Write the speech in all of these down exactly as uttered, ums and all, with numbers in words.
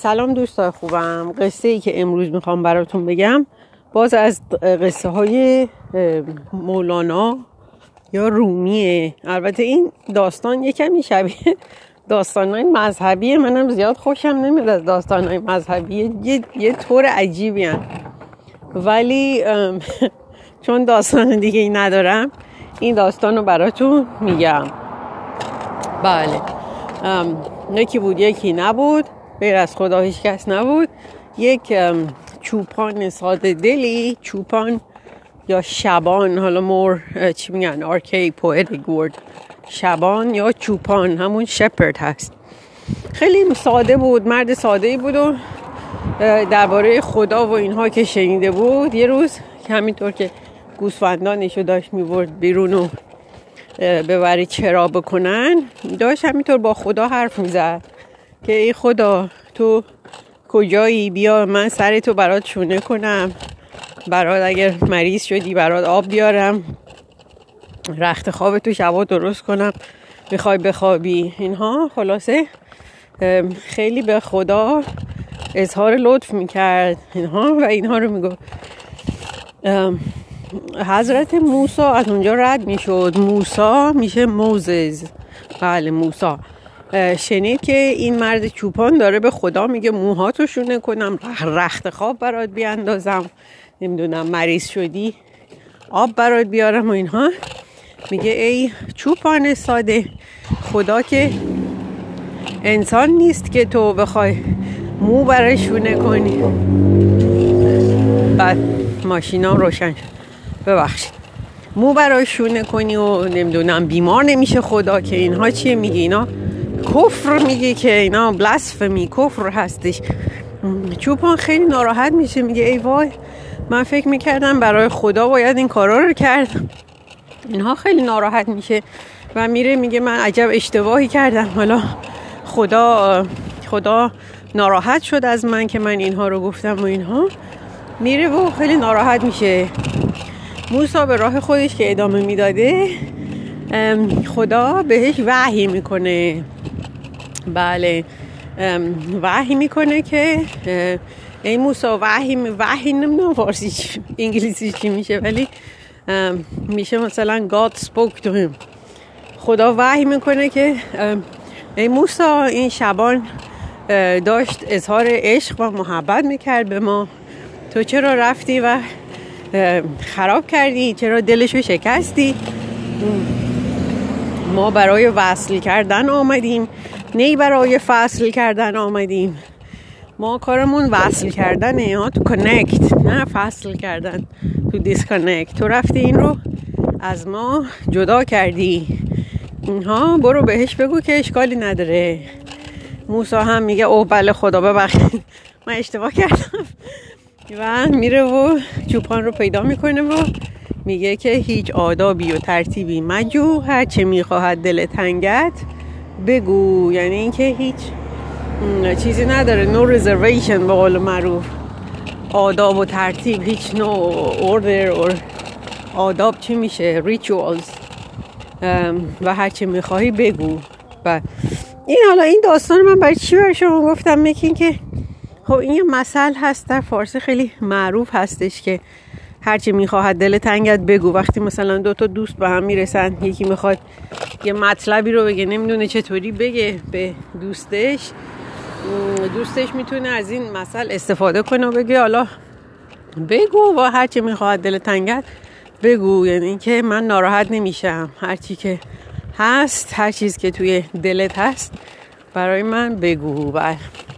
سلام دوستای خوبم. قصه ای که امروز میخوام براتون بگم باز از قصه های مولانا یا رومیه. البته این داستان یکمی شبیه داستانهای مذهبیه. منم زیاد خوشم نمیاد از داستانهای مذهبی، یه, یه طور عجیبی هن. ولی چون داستان دیگه ای ندارم این داستان رو براتون میگم. بله، یکی بود یکی نبود، غیر از خدا هیچ کس نبود. یک چوپان ساده دلی، چوپان یا شبان، حالا مور چی میگن، آرکی پوئتیک ورد، شبان یا چوپان همون شپرد هست. خیلی ساده بود، مرد ساده‌ای بود و درباره خدا و اینها که شنیده بود، یه روز همینطور که گوسفندانشو داشت میبرد بیرون و ببری چرا بکنن، داشت همینطور با خدا حرف میزد که ای خدا تو کجایی، بیا من سر تو برات شونه کنم، برات اگر مریض شدی برات آب بیارم، رخت خواب تو شبا درست کنم میخوای بخوابی. اینها خلاصه خیلی به خدا اظهار لطف میکرد اینها و اینها رو میگو. حضرت موسی از اونجا رد میشد. موسی میشه موزز. بله موسی شنید که این مرد چوپان داره به خدا میگه موهاتو شونه کنم، رخت خواب برات بیاندازم، نمیدونم مریض شدی آب برات بیارم و اینها. میگه ای چوپان ساده، خدا که انسان نیست که تو بخوای مو برای شونه کنی. بعد ماشینام روشن شد، ببخشید، مو برای شونه کنی و نمیدونم بیمار نمیشه خدا. که اینها چیه میگه؟ اینا کفر میگه، که اینا بلاسفمی، کفر هستش. چوپان خیلی ناراحت میشه، میگه ای وای من فکر میکردم برای خدا باید این کارا رو کرد. اینها خیلی ناراحت میشه و میره میگه من عجب اشتباهی کردم، حالا خدا خدا ناراحت شد از من که من اینها رو گفتم و اینها. میره و خیلی ناراحت میشه. موسی به راه خودش که ادامه میداده، خدا بهش وحی میکنه. بله، وحی میکنه که ای موسی، وحی وحی نمیدونم فارسی چی انگلیسی چی میشه، ولی میشه مثلا God spoke to him. خدا وحی میکنه که ای موسی، این شبان داشت اظهار عشق و محبت میکرد به ما، تو چرا رفتی و خراب کردی؟ چرا دلشو شکستی؟ ما برای وصل کردن آمدیم، نه برای فصل کردن آمدیم. ما کارمون وصل کردنه، ها، تو کانکت، نه فصل کردن، تو دیسکانکت. تو رفتی این رو از ما جدا کردی. اینها برو بهش بگو که اشکالی نداره. موسی هم میگه اوه بله خدا ببخشید من اشتباه کردم و میره و چوپان رو پیدا میکنه و میگه که هیچ آدابی و ترتیبی مجو، هر چه میخواهد دل تنگت بگو. یعنی اینکه هیچ چیزی نداره، no reservation به قول معروف. آداب و ترتیب، هیچ no order or آداب چی میشه؟ rituals. و هر چه میخواهی بگو. و این حالا این داستان من برای چی برای شما گفتم؟ میگین که خب این یه مثل هست در فارسی خیلی معروف هستش که هرچی میخواهد دل تنگت بگو. وقتی مثلا دو تا دوست به هم میرسن، یکی میخواد یه مطلبی رو بگه، نمیدونه چطوری بگه به دوستش، دوستش میتونه از این مثل استفاده کنه و بگه حالا بگو و هرچی میخواهد دل تنگت بگو. یعنی که من ناراحت نمیشم، هرچی که هست، هر چیز که توی دلت هست برای من بگو. و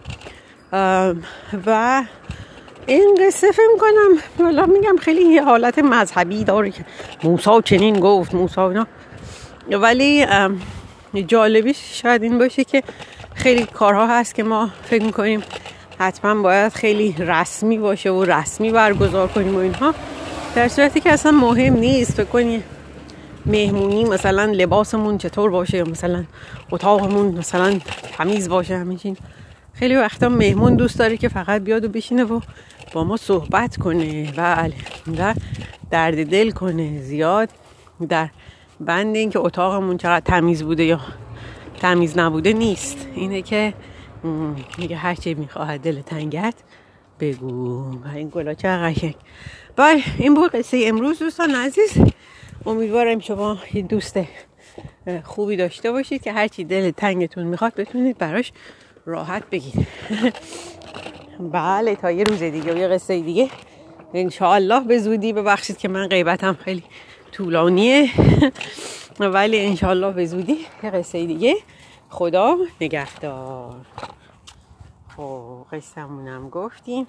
و این قصه فهم کنم والا میگم خیلی یه حالت مذهبی داره که موسی چنین گفت، موسی اینا. ولی جالبیش شاید این باشه که خیلی کارها هست که ما فکر میکنیم حتما باید خیلی رسمی باشه و رسمی برگزار کنیم و اینها، در صورتی که اصلا مهم نیست. فکر کنی مهمونی مثلا لباسمون چطور باشه، یا مثلا اتاقمون مثلا تمیز باشه، همین. خیلی وقتا مهمون دوست داره که فقط بیاد و بشینه و با ما صحبت کنه و و درد دل کنه. زیاد در بند این که اتاقمون چقدر تمیز بوده یا تمیز نبوده نیست، اینه که میگه هرچی میخواهد دل تنگت بگو. این گلا چه قشنگ. بای این بود قصه امروز دوستان عزیز. امیدوارم شما یه دوست خوبی داشته باشید که هرچی دل تنگتون میخواد بتونید براش راحت بگید. بله تا یه روز دیگه و یه قصه دیگه انشاءالله به زودی. ببخشید که من غیبتم خیلی طولانیه ولی انشاءالله به زودی یه قصه دیگه. خدا نگهدار. خب قصه‌مونم گفتیم.